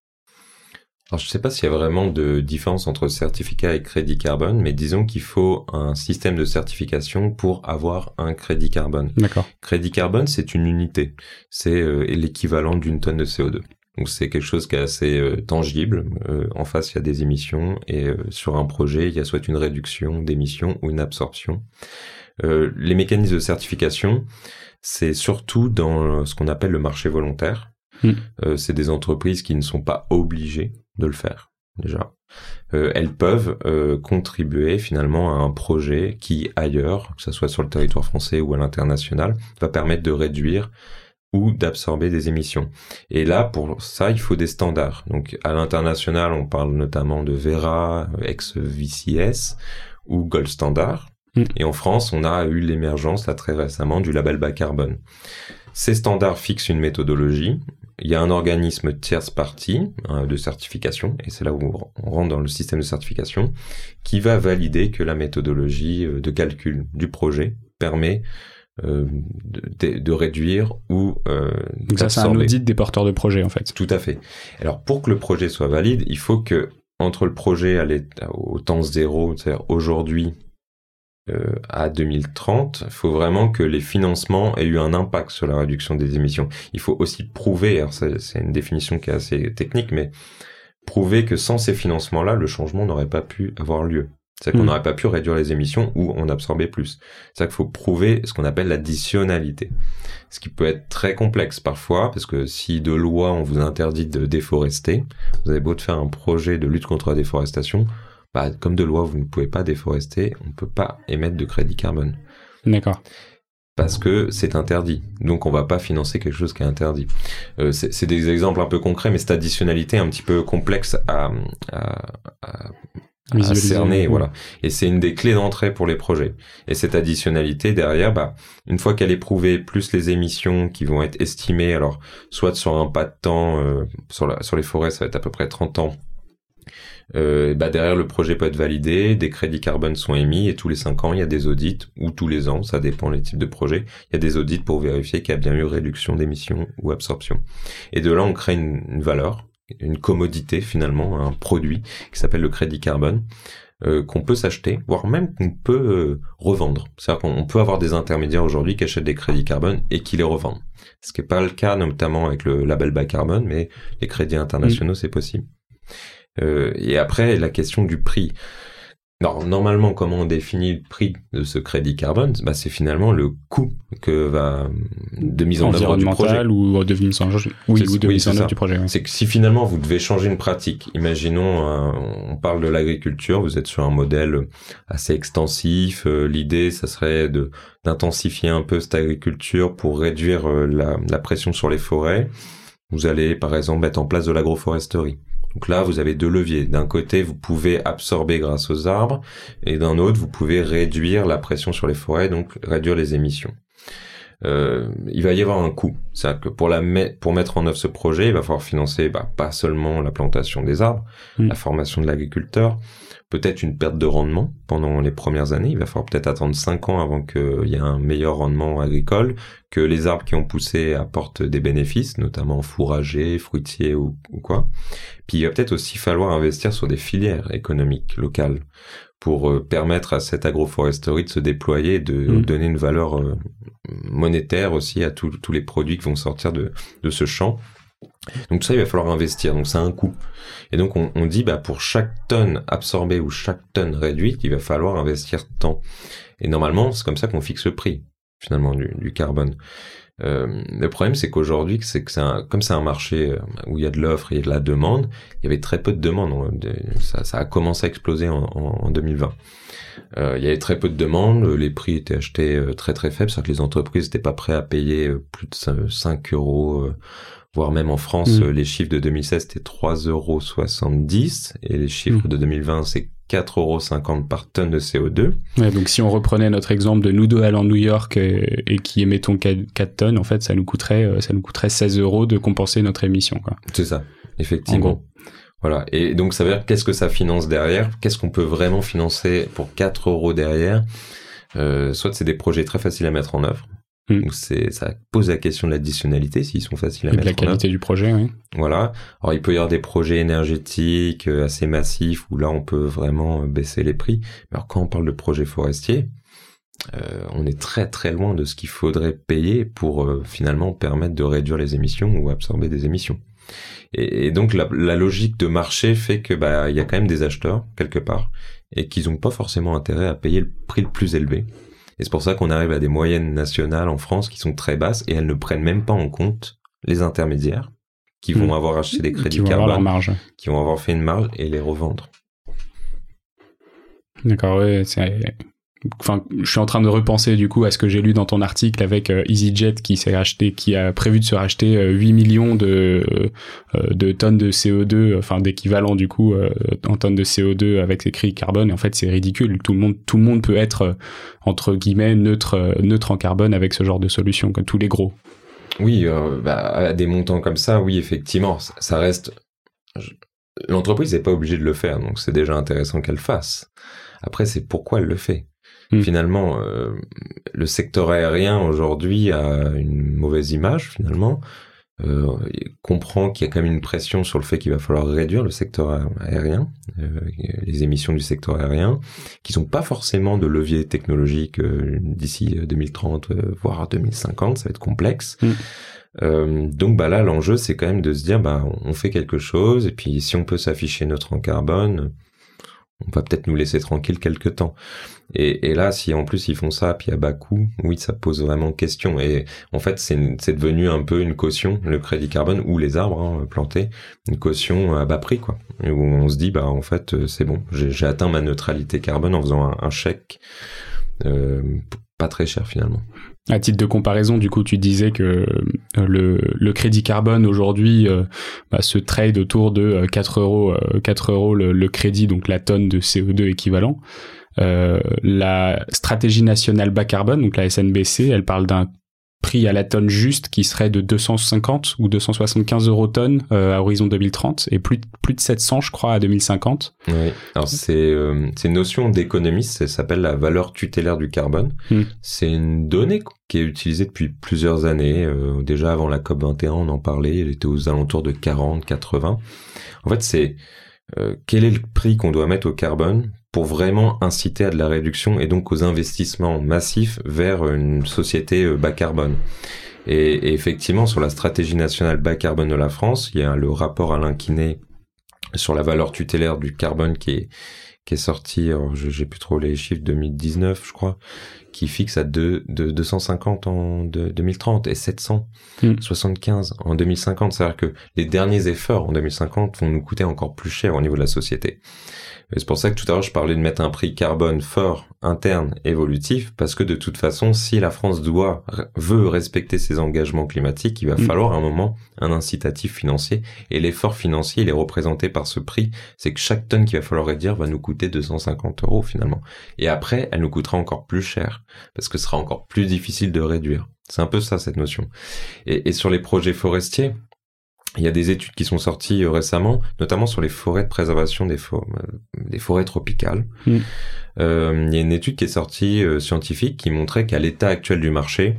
Alors, je ne sais pas s'il y a vraiment de différence entre certificat et crédit carbone, mais disons qu'il faut un système de certification pour avoir un crédit carbone. D'accord. Crédit carbone, c'est une unité. C'est euh, l'équivalent d'une tonne de C O deux. Donc, c'est quelque chose qui est assez euh, tangible. Euh, en face, il y a des émissions et euh, sur un projet, il y a soit une réduction d'émissions ou une absorption. Euh, les mécanismes de certification, c'est surtout dans ce qu'on appelle le marché volontaire. Mmh. Euh, c'est des entreprises qui ne sont pas obligées de le faire, déjà. Euh, elles peuvent euh, contribuer finalement à un projet qui, ailleurs, que ce soit sur le territoire français ou à l'international, va permettre de réduire ou d'absorber des émissions. Et là, pour ça, il faut des standards. Donc, à l'international, on parle notamment de Verra, ex-V C S, ou Gold Standard. Mmh. Et en France, on a eu l'émergence, là, très récemment, du label bas carbone. Ces standards fixent une méthodologie. Il y a un organisme tierce partie hein, de certification, et c'est là où on rentre dans le système de certification, qui va valider que la méthodologie de calcul du projet permet euh, de, de réduire ou euh, Donc ça, c'est un audit des porteurs de projet, en fait. Tout à fait. Alors, pour que le projet soit valide, il faut que, entre le projet à au temps zéro, c'est-à-dire aujourd'hui, Euh, à deux mille trente, il faut vraiment que les financements aient eu un impact sur la réduction des émissions. Il faut aussi prouver, alors c'est, c'est une définition qui est assez technique, mais prouver que sans ces financements-là, le changement n'aurait pas pu avoir lieu. C'est-à-dire mmh. qu'on n'aurait pas pu réduire les émissions ou en absorber plus. C'est-à-dire qu'il faut prouver ce qu'on appelle l'additionnalité. Ce qui peut être très complexe parfois, parce que si de loi on vous interdit de déforester, vous avez beau de faire un projet de lutte contre la déforestation, bah, comme de loi, vous ne pouvez pas déforester, on ne peut pas émettre de crédit carbone. D'accord. Parce que c'est interdit. Donc, on ne va pas financer quelque chose qui est interdit. Euh, c'est, c'est des exemples un peu concrets, mais cette additionnalité est un petit peu complexe à, à, à, à cerner. Oui. Voilà. Et c'est une des clés d'entrée pour les projets. Et cette additionnalité, derrière, bah, une fois qu'elle est prouvée, plus les émissions qui vont être estimées, alors, soit sur un pas de temps, euh, sur, la, sur les forêts, ça va être à peu près trente ans, Euh, bah derrière le projet peut être validé, des crédits carbone sont émis et tous les cinq ans il y a des audits, ou tous les ans, ça dépend les types de projets, il y a des audits pour vérifier qu'il y a bien eu réduction d'émissions ou absorption. Et de là on crée une, une valeur, une commodité finalement, un produit qui s'appelle le crédit carbone, euh, qu'on peut s'acheter, voire même qu'on peut euh, revendre. C'est-à-dire qu'on peut avoir des intermédiaires aujourd'hui qui achètent des crédits carbone et qui les revendent. Ce qui n'est pas le cas notamment avec le label bas carbone, mais les crédits internationaux mmh. c'est possible. Euh, et après, la question du prix. Alors, normalement, comment on définit le prix de ce crédit carbone? Bah, c'est finalement le coût que va, de mise en œuvre du projet. ou de mise en œuvre, oui, ou de oui, mise en œuvre du projet. Oui. C'est que si finalement vous devez changer une pratique, imaginons, euh, on parle de l'agriculture, vous êtes sur un modèle assez extensif, euh, l'idée, ça serait de, d'intensifier un peu cette agriculture pour réduire euh, la, la pression sur les forêts. Vous allez, par exemple, mettre en place de l'agroforesterie. Donc là, vous avez deux leviers. D'un côté, vous pouvez absorber grâce aux arbres, et d'un autre, vous pouvez réduire la pression sur les forêts, donc réduire les émissions. Euh, il va y avoir un coût. C'est-à-dire que pour la met- pour mettre en œuvre ce projet, il va falloir financer bah, pas seulement la plantation des arbres, mmh. la formation de l'agriculteur, peut-être une perte de rendement pendant les premières années. Il va falloir peut-être attendre cinq ans avant qu'il y ait un meilleur rendement agricole, que les arbres qui ont poussé apportent des bénéfices, notamment fourragers, fruitiers ou, ou quoi. Puis il va peut-être aussi falloir investir sur des filières économiques locales pour euh, permettre à cette agroforesterie de se déployer et de mmh. donner une valeur euh, monétaire aussi à tous les produits qui vont sortir de, de ce champ. Donc tout ça, il va falloir investir, donc ça a un coût. Et donc on, on dit, bah pour chaque tonne absorbée ou chaque tonne réduite, il va falloir investir tant. Et normalement, c'est comme ça qu'on fixe le prix, finalement, du, du carbone. Euh, le problème, c'est qu'aujourd'hui, c'est que c'est un, comme c'est un marché où il y a de l'offre et il y a de la demande, il y avait très peu de demande. Ça, ça a commencé à exploser en, en, en deux mille vingt. Euh, il y avait très peu de demandes, les prix étaient achetés très très faibles, c'est-à-dire que les entreprises n'étaient pas prêtes à payer plus de cinq euros, euh, voire même en France, mmh. les chiffres de deux mille seize c'était trois euros soixante-dix, et les chiffres mmh. de deux mille vingt c'est quatre euros cinquante par tonne de C O deux. Ouais, donc si on reprenait notre exemple de nous deux allant à New York et, et qui émettons quatre tonnes, en fait ça nous coûterait ça nous coûterait seize euros de compenser notre émission, quoi. C'est ça, effectivement. Voilà. Et donc, ça veut dire qu'est-ce que ça finance derrière? Qu'est-ce qu'on peut vraiment financer pour quatre euros derrière? Euh, soit c'est des projets très faciles à mettre en œuvre. Mmh. Donc c'est, ça pose la question de l'additionnalité, s'ils sont faciles à et mettre en œuvre. Et de la qualité du projet, oui. Voilà. Alors, il peut y avoir des projets énergétiques assez massifs où là, on peut vraiment baisser les prix. Mais alors, quand on parle de projets forestiers, euh, on est très très loin de ce qu'il faudrait payer pour euh, finalement permettre de réduire les émissions ou absorber des émissions. Et, et donc la, la logique de marché fait que bah il y a quand même des acheteurs quelque part et qu'ils n'ont pas forcément intérêt à payer le prix le plus élevé. Et c'est pour ça qu'on arrive à des moyennes nationales en France qui sont très basses et elles ne prennent même pas en compte les intermédiaires qui vont mmh. avoir acheté des crédits qui carbone, marge. qui vont avoir fait une marge et les revendre. D'accord, ouais, c'est... Enfin, je suis en train de repenser du coup à ce que j'ai lu dans ton article avec euh, EasyJet qui s'est racheté, qui a prévu de se racheter euh, huit millions de euh, de tonnes de C O deux, enfin d'équivalent du coup euh, en tonnes de C O deux avec ses crédits carbone. Et en fait, c'est ridicule. Tout le monde, tout le monde peut être euh, entre guillemets neutre, euh, neutre en carbone avec ce genre de solution, comme tous les gros. Oui, euh, bah, à des montants comme ça, oui, effectivement, ça, ça reste. Je... L'entreprise n'est pas obligée de le faire, donc c'est déjà intéressant qu'elle le fasse. Après, c'est pourquoi elle le fait. Mmh. Finalement, euh, le secteur aérien aujourd'hui a une mauvaise image, finalement. Euh, il comprend qu'il y a quand même une pression sur le fait qu'il va falloir réduire le secteur aérien, euh, les émissions du secteur aérien, qui sont pas forcément de levier technologique euh, d'ici deux mille trente, euh, voire deux mille cinquante, ça va être complexe. Mmh. Euh, donc bah là, l'enjeu, c'est quand même de se dire, bah on fait quelque chose, et puis si on peut s'afficher neutre en carbone, on va peut-être nous laisser tranquille quelques temps. Et, et là, si en plus ils font ça, puis à bas coût, oui, ça pose vraiment question. Et en fait, c'est, une, c'est devenu un peu une caution, le crédit carbone, ou les arbres hein, plantés, une caution à bas prix, quoi. Où on se dit, bah en fait, c'est bon, j'ai, j'ai atteint ma neutralité carbone en faisant un, un chèque euh, pas très cher finalement. À titre de comparaison, du coup, tu disais que le, le crédit carbone aujourd'hui euh, bah, se trade autour de quatre euros, euh, quatre euros le, le crédit, donc la tonne de C O deux équivalent. Euh, la stratégie nationale bas carbone, donc la S N B C, elle parle d'un prix à la tonne juste qui serait de deux cent cinquante ou deux cent soixante-quinze euros tonne euh, à horizon deux mille trente et plus, plus de sept cents, je crois, à deux mille cinquante. Oui, alors c'est, euh, c'est une notion d'économiste, ça s'appelle la valeur tutélaire du carbone. Hmm. C'est une donnée qui est utilisée depuis plusieurs années. Euh, déjà avant la C O P vingt et un, on en parlait, elle était aux alentours de quarante, quatre-vingts. En fait, c'est euh, quel est le prix qu'on doit mettre au carbone pour vraiment inciter à de la réduction et donc aux investissements massifs vers une société bas carbone. Et, et effectivement, sur la stratégie nationale bas carbone de la France, il y a le rapport Alain Quinet sur la valeur tutélaire du carbone qui est, qui est sorti, alors je, j'ai plus trop les chiffres, deux mille dix-neuf, je crois, qui fixe à deux, de, deux cent cinquante en de, deux mille trente et sept cent soixante-quinze mmh. en deux mille cinquante. C'est-à-dire que les derniers efforts en deux mille cinquante vont nous coûter encore plus cher au niveau de la société. Et c'est pour ça que tout à l'heure, je parlais de mettre un prix carbone fort, interne, évolutif, parce que de toute façon, si la France doit, veut respecter ses engagements climatiques, il va mmh. falloir à un moment un incitatif financier. Et l'effort financier, il est représenté par ce prix. C'est que chaque tonne qu'il va falloir réduire va nous coûter deux cent cinquante euros finalement. Et après, elle nous coûtera encore plus cher, parce que ce sera encore plus difficile de réduire. C'est un peu ça, cette notion. Et, et sur les projets forestiers, il y a des études qui sont sorties récemment, notamment sur les forêts de préservation des, for- des forêts tropicales. Mmh. Euh, il y a une étude qui est sortie euh, scientifique qui montrait qu'à l'état actuel du marché,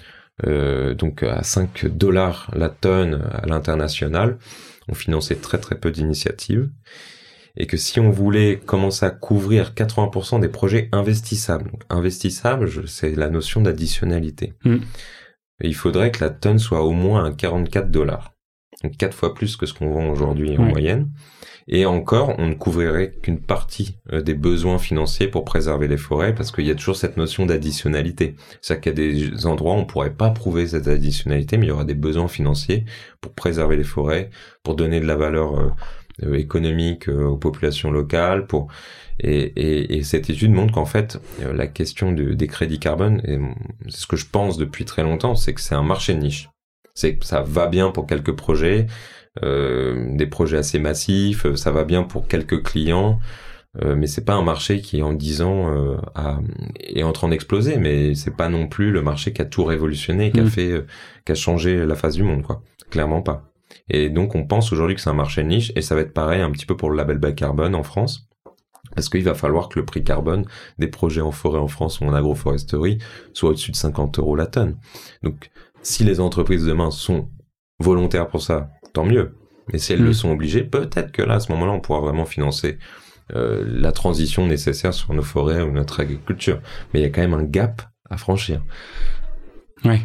euh, donc à cinq dollars la tonne à l'international, on finançait très très peu d'initiatives. Et que si on voulait commencer à couvrir quatre-vingts pour cent des projets investissables, donc investissables, c'est la notion d'additionnalité. Mmh. Il faudrait que la tonne soit au moins à quarante-quatre dollars. Donc quatre fois plus que ce qu'on vend aujourd'hui en ouais. moyenne. Et encore, on ne couvrirait qu'une partie des besoins financiers pour préserver les forêts, parce qu'il y a toujours cette notion d'additionnalité. C'est-à-dire qu'il y a des endroits où on pourrait pas prouver cette additionnalité, mais il y aura des besoins financiers pour préserver les forêts, pour donner de la valeur euh, économique euh, aux populations locales, pour et, et, et cette étude montre qu'en fait, euh, la question de, des crédits carbone, et c'est ce que je pense depuis très longtemps, c'est que c'est un marché de niche. C'est que ça va bien pour quelques projets, euh, des projets assez massifs, ça va bien pour quelques clients, euh, mais c'est pas un marché qui en dix ans euh, a, est en train d'exploser, mais c'est pas non plus le marché qui a tout révolutionné, qui a mmh. fait, euh, qui a changé la face du monde, quoi. Clairement pas. Et donc on pense aujourd'hui que c'est un marché de niche, et ça va être pareil un petit peu pour le label bas carbone en France. Parce qu'il va falloir que le prix carbone des projets en forêt en France ou en agroforesterie soit au-dessus de cinquante euros la tonne. Donc, si les entreprises de demain sont volontaires pour ça, tant mieux. Mais si elles mmh. le sont obligées, peut-être que là, à ce moment-là, on pourra vraiment financer euh, la transition nécessaire sur nos forêts ou notre agriculture. Mais il y a quand même un gap à franchir. Ouais.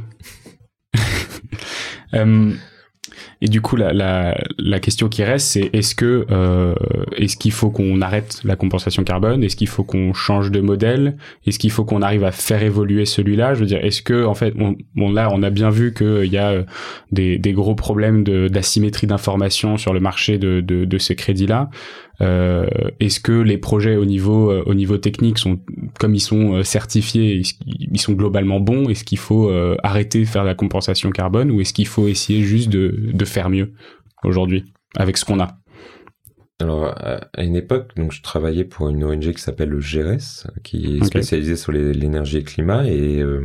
euh... Et du coup, la, la, la question qui reste, c'est est-ce que euh, est-ce qu'il faut qu'on arrête la compensation carbone? Est-ce qu'il faut qu'on change de modèle? Est-ce qu'il faut qu'on arrive à faire évoluer celui-là? Je veux dire, est-ce que en fait, on, bon là, on a bien vu qu'il y a des, des gros problèmes de, d'asymétrie d'information sur le marché de, de, de ces crédits-là. Euh, est-ce que les projets au niveau euh, au niveau technique sont comme ils sont euh, certifiés, ils sont globalement bons? Est-ce qu'il faut euh, arrêter de faire la compensation carbone, ou est-ce qu'il faut essayer juste de de faire mieux aujourd'hui avec ce qu'on a? Alors à une époque, donc je travaillais pour une O N G qui s'appelle le G E R E S, qui est spécialisée okay. sur les, l'énergie et le climat, et euh,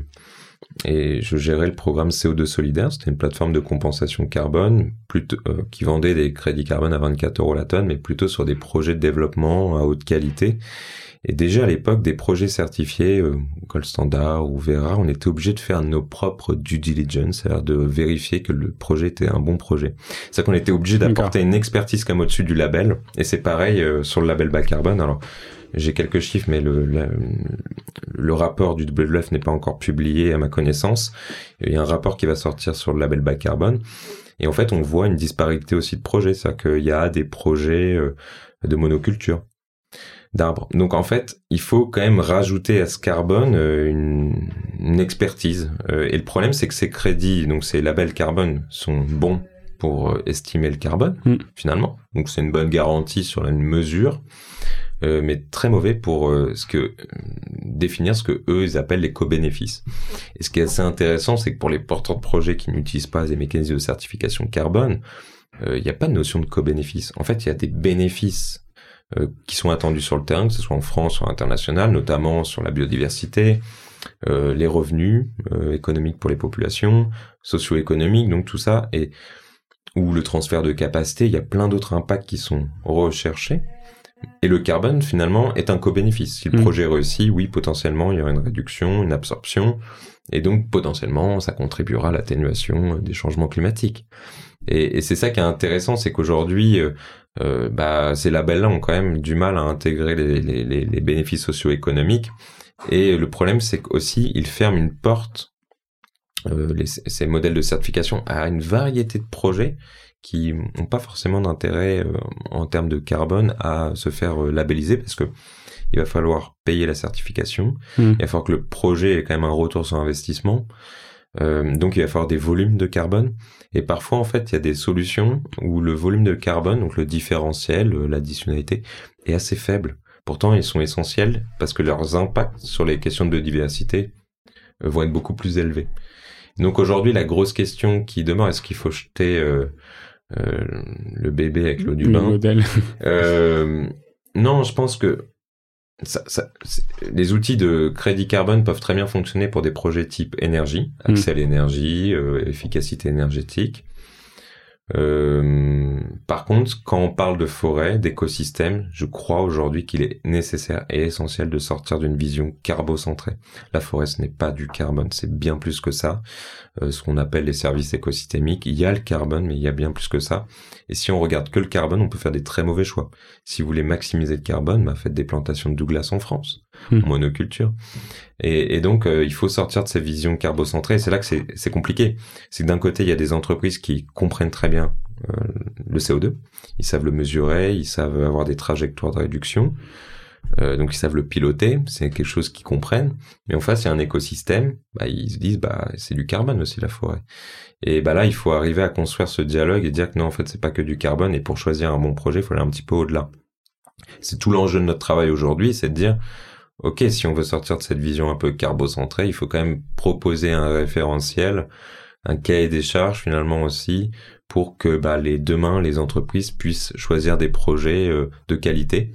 et je gérais le programme C O deux solidaire. C'était une plateforme de compensation carbone plutôt euh, qui vendait des crédits carbone à vingt-quatre euros la tonne, mais plutôt sur des projets de développement à haute qualité. Et déjà à l'époque, des projets certifiés, euh, Gold Standard ou Verra, on était obligé de faire nos propres due diligence, c'est-à-dire de vérifier que le projet était un bon projet. C'est-à-dire qu'on était obligé d'apporter D'accord. une expertise comme au-dessus du label. Et c'est pareil euh, sur le label bas carbone. Alors, j'ai quelques chiffres, mais le, le, le rapport du W W F n'est pas encore publié à ma connaissance. Il y a un rapport qui va sortir sur le label bas carbone. Et en fait, on voit une disparité aussi de projets. C'est-à-dire qu'il y a des projets euh, de monoculture, d'arbres. Donc en fait, il faut quand même rajouter à ce carbone euh, une, une expertise. Euh, et le problème, c'est que ces crédits, donc ces labels carbone, sont bons pour euh, estimer le carbone, mmh. finalement. Donc c'est une bonne garantie sur une mesure. Euh, mais très mauvais pour euh, ce que euh, définir ce que eux ils appellent les co-bénéfices. Et ce qui est assez intéressant, c'est que pour les porteurs de projets qui n'utilisent pas les mécanismes de certification carbone, il euh, n'y a pas de notion de co-bénéfice. En fait, il y a des bénéfices euh, qui sont attendus sur le terrain, que ce soit en France ou à l'international, notamment sur la biodiversité, euh, les revenus euh, économiques pour les populations, socio-économiques, donc tout ça, et ou le transfert de capacité. Il y a plein d'autres impacts qui sont recherchés. Et le carbone, finalement, est un co-bénéfice. Si le mmh. projet réussit, oui, potentiellement, il y aura une réduction, une absorption, et donc, potentiellement, ça contribuera à l'atténuation des changements climatiques. Et, et c'est ça qui est intéressant, c'est qu'aujourd'hui, euh, euh, bah, ces labels-là ont quand même du mal à intégrer les, les, les, les bénéfices socio-économiques. Et le problème, c'est qu'aussi, ils ferment une porte euh, les, ces modèles de certification à une variété de projets qui n'ont pas forcément d'intérêt euh, en termes de carbone à se faire euh, labelliser, parce que il va falloir payer la certification, mmh. il va falloir que le projet ait quand même un retour sur investissement, euh, donc il va falloir des volumes de carbone, et parfois en fait il y a des solutions où le volume de carbone, donc le différentiel, l'additionnalité, est assez faible. Pourtant ils sont essentiels parce que leurs impacts sur les questions de biodiversité euh, vont être beaucoup plus élevés. Donc aujourd'hui la grosse question qui demeure, est-ce qu'il faut jeter euh, euh, le bébé avec l'eau du le bain modèle. euh, Non, je pense que Ça, ça, les outils de crédit carbone peuvent très bien fonctionner pour des projets type énergie, accès mmh. à l'énergie, euh, efficacité énergétique. Euh, par contre, quand on parle de forêt, d'écosystème, je crois aujourd'hui qu'il est nécessaire et essentiel de sortir d'une vision carbocentrée. La forêt, ce n'est pas du carbone, c'est bien plus que ça. Euh, ce qu'on appelle les services écosystémiques, il y a le carbone, mais il y a bien plus que ça. Et si on regarde que le carbone, on peut faire des très mauvais choix. Si vous voulez maximiser le carbone, bah faites des plantations de Douglas en France, mmh. monoculture. Et, et donc, euh, il faut sortir de ces visions carbocentrées. Et c'est là que c'est, c'est compliqué. C'est que d'un côté, il y a des entreprises qui comprennent très bien euh, le C O deux. Ils savent le mesurer, ils savent avoir des trajectoires de réduction. Euh, donc, ils savent le piloter. C'est quelque chose qu'ils comprennent. Mais en face, il y a un écosystème. Bah, ils se disent, bah, c'est du carbone aussi, la forêt. Et bah là, il faut arriver à construire ce dialogue et dire que non, en fait, c'est pas que du carbone. Et pour choisir un bon projet, il faut aller un petit peu au-delà. C'est tout l'enjeu de notre travail aujourd'hui, c'est de dire, ok, si on veut sortir de cette vision un peu carbocentrée, il faut quand même proposer un référentiel, un cahier des charges finalement aussi, pour que bah, les demain les entreprises puissent choisir des projets euh, de qualité.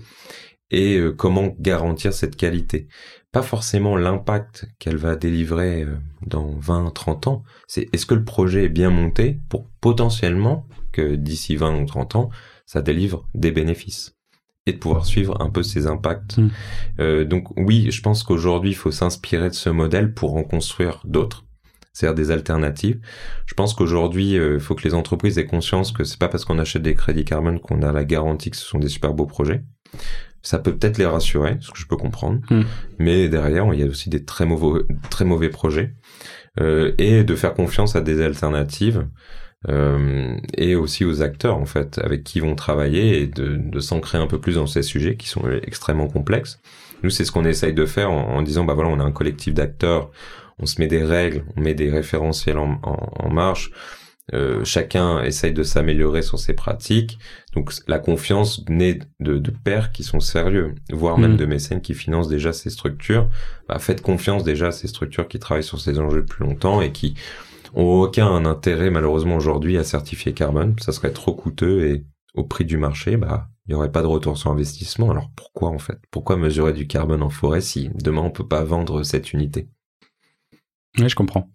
Et euh, comment garantir cette qualité? Pas forcément l'impact qu'elle va délivrer euh, dans vingt, trente ans, c'est est-ce que le projet est bien monté pour potentiellement que d'ici vingt ou trente ans, ça délivre des bénéfices. Et de pouvoir suivre un peu ses impacts. Mmh. Euh, donc oui, je pense qu'aujourd'hui, il faut s'inspirer de ce modèle pour en construire d'autres, c'est-à-dire des alternatives. Je pense qu'aujourd'hui, il euh, faut que les entreprises aient conscience que c'est pas parce qu'on achète des crédits carbone qu'on a la garantie que ce sont des super beaux projets. Ça peut peut-être les rassurer, ce que je peux comprendre, mmh. mais derrière, il y a aussi des très mauvais, très mauvais projets, euh, et de faire confiance à des alternatives. Euh, et aussi aux acteurs en fait avec qui ils vont travailler et de, de s'ancrer un peu plus dans ces sujets qui sont extrêmement complexes. Nous c'est ce qu'on essaye de faire en, en disant bah voilà on a un collectif d'acteurs, on se met des règles, on met des référentiels en, en, en marche, euh, chacun essaye de s'améliorer sur ses pratiques, donc la confiance naît de, de pairs qui sont sérieux, voire mmh. même de mécènes qui financent déjà ces structures. Bah, faites confiance déjà à ces structures qui travaillent sur ces enjeux depuis longtemps et qui ont aucun intérêt malheureusement aujourd'hui à certifier carbone, ça serait trop coûteux et au prix du marché, bah il n'y aurait pas de retour sur investissement. Alors pourquoi en fait? Pourquoi mesurer du carbone en forêt si demain on peut pas vendre cette unité? Ouais, je comprends.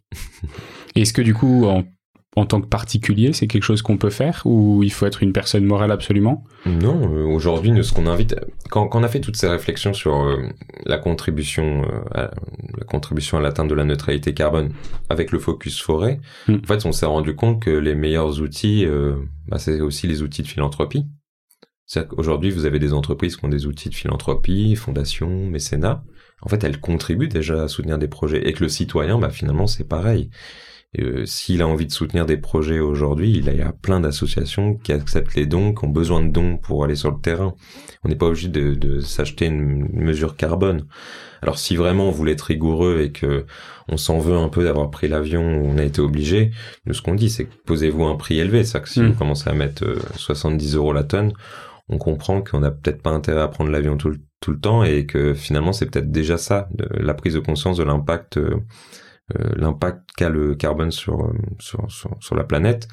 Et est-ce que du coup, en, en tant que particulier, c'est quelque chose qu'on peut faire ou il faut être une personne morale absolument? Non, euh, aujourd'hui, nous, ce qu'on invite, quand, quand on a fait toutes ces réflexions sur euh, la contribution, euh, à, la contribution à l'atteinte de la neutralité carbone avec le focus forêt, mmh. en fait, on s'est rendu compte que les meilleurs outils, euh, bah, c'est aussi les outils de philanthropie. C'est-à-dire qu'aujourd'hui, vous avez des entreprises qui ont des outils de philanthropie, fondations, mécénat. En fait, elles contribuent déjà à soutenir des projets. Et que le citoyen, bah, finalement, c'est pareil. Euh, s'il a envie de soutenir des projets aujourd'hui, il y a plein d'associations qui acceptent les dons, qui ont besoin de dons pour aller sur le terrain. On n'est pas obligé de, de s'acheter une mesure carbone. Alors si vraiment on voulait être rigoureux et que on s'en veut un peu d'avoir pris l'avion, on a été obligé, nous ce qu'on dit c'est que posez-vous un prix élevé. C'est-à-dire que si mmh. vous commencez à mettre euh, soixante-dix euros la tonne, on comprend qu'on n'a peut-être pas intérêt à prendre l'avion tout le, tout le temps et que finalement c'est peut-être déjà ça, de, la prise de conscience de l'impact euh, Euh, l'impact qu'a le carbone sur, sur sur sur la planète.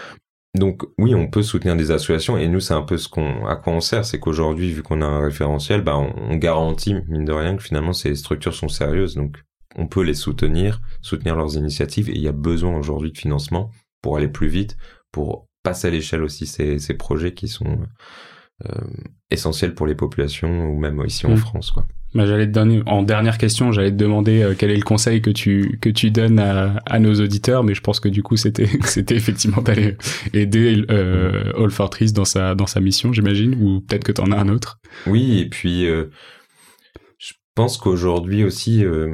Donc oui, on peut soutenir des associations et nous c'est un peu ce qu'on à quoi on sert, c'est qu'aujourd'hui vu qu'on a un référentiel, bah on, on garantit mine de rien que finalement ces structures sont sérieuses, donc on peut les soutenir, soutenir leurs initiatives et il y a besoin aujourd'hui de financement pour aller plus vite, pour passer à l'échelle aussi ces ces projets qui sont euh, essentiels pour les populations ou même ici en mmh. France quoi. Bah, j'allais te donner, en dernière question, j'allais te demander euh, quel est le conseil que tu que tu donnes à, à nos auditeurs, mais je pense que du coup c'était c'était effectivement d'aller aider euh, All for Trees dans sa dans sa mission, j'imagine, ou peut-être que t'en as un autre. Oui, et puis euh, je pense qu'aujourd'hui aussi, euh,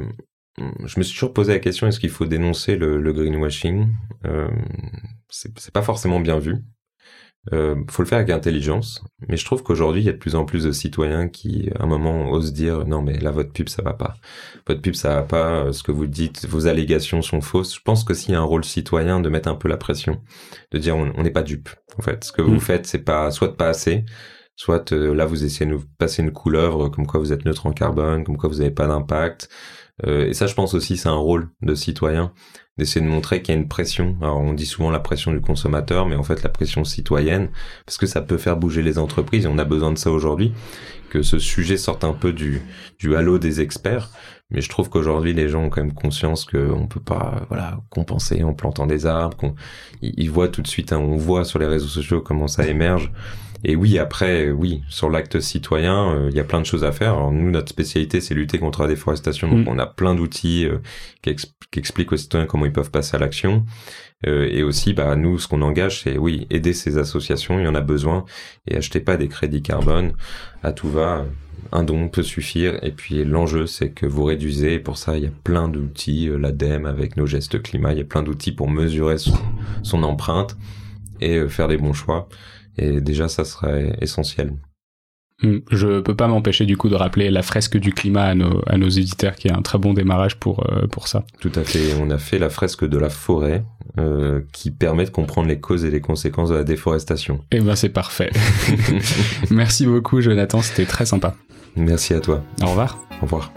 je me suis toujours posé la question, est-ce qu'il faut dénoncer le, le greenwashing? euh, c'est, c'est pas forcément bien vu. Euh, faut le faire avec intelligence, mais je trouve qu'aujourd'hui il y a de plus en plus de citoyens qui à un moment osent dire non mais là votre pub ça va pas, votre pub ça va pas, ce que vous dites, vos allégations sont fausses. Je pense que s'il y a un rôle citoyen de mettre un peu la pression, de dire on n'est pas dupe en fait, ce que vous mmh. faites c'est pas soit pas assez, soit euh, là vous essayez de nous passer une couleuvre comme quoi vous êtes neutre en carbone, comme quoi vous avez pas d'impact, euh, et ça je pense aussi c'est un rôle de citoyen d'essayer de montrer qu'il y a une pression. Alors on dit souvent la pression du consommateur, mais en fait la pression citoyenne, parce que ça peut faire bouger les entreprises, et on a besoin de ça aujourd'hui, que ce sujet sorte un peu du, du halo des experts. Mais je trouve qu'aujourd'hui les gens ont quand même conscience qu'on peut pas, voilà, compenser en plantant des arbres, qu'on, ils voient tout de suite, hein, on voit sur les réseaux sociaux comment ça émerge. Et oui, après, oui, sur l'acte citoyen, il euh, y a plein de choses à faire. Alors nous, notre spécialité, c'est lutter contre la déforestation. Donc, mmh. on a plein d'outils euh, qui, exp- qui expliquent aux citoyens comment ils peuvent passer à l'action. Euh, et aussi, bah nous, ce qu'on engage, c'est oui, aider ces associations. Il y en a besoin. Et achetez pas des crédits carbone à tout va. Un don peut suffire. Et puis l'enjeu, c'est que vous réduisez. Et pour ça, il y a plein d'outils. Euh, L'ADEME avec nos gestes climat, il y a plein d'outils pour mesurer son, son empreinte et euh, faire les bons choix. Et déjà, ça serait essentiel. Je peux pas m'empêcher du coup de rappeler la fresque du climat à nos, à nos éditeurs, qui est un très bon démarrage pour, euh, pour ça. Tout à fait. On a fait la fresque de la forêt, euh, qui permet de comprendre les causes et les conséquences de la déforestation. Eh ben, c'est parfait. Merci beaucoup, Jonathan. C'était très sympa. Merci à toi. Au revoir. Au revoir.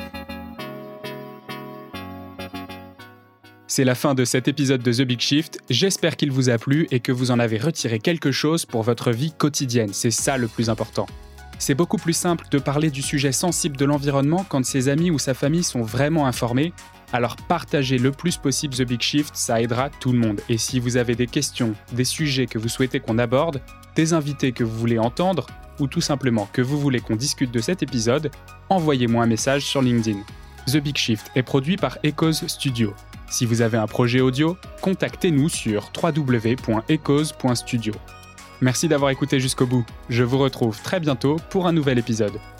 C'est la fin de cet épisode de The Big Shift. J'espère qu'il vous a plu et que vous en avez retiré quelque chose pour votre vie quotidienne. C'est ça le plus important. C'est beaucoup plus simple de parler du sujet sensible de l'environnement quand ses amis ou sa famille sont vraiment informés. Alors partagez le plus possible The Big Shift, ça aidera tout le monde. Et si vous avez des questions, des sujets que vous souhaitez qu'on aborde, des invités que vous voulez entendre, ou tout simplement que vous voulez qu'on discute de cet épisode, envoyez-moi un message sur LinkedIn. The Big Shift est produit par Echoes Studio. Si vous avez un projet audio, contactez-nous sur w w w point echoes point studio. Merci d'avoir écouté jusqu'au bout. Je vous retrouve très bientôt pour un nouvel épisode.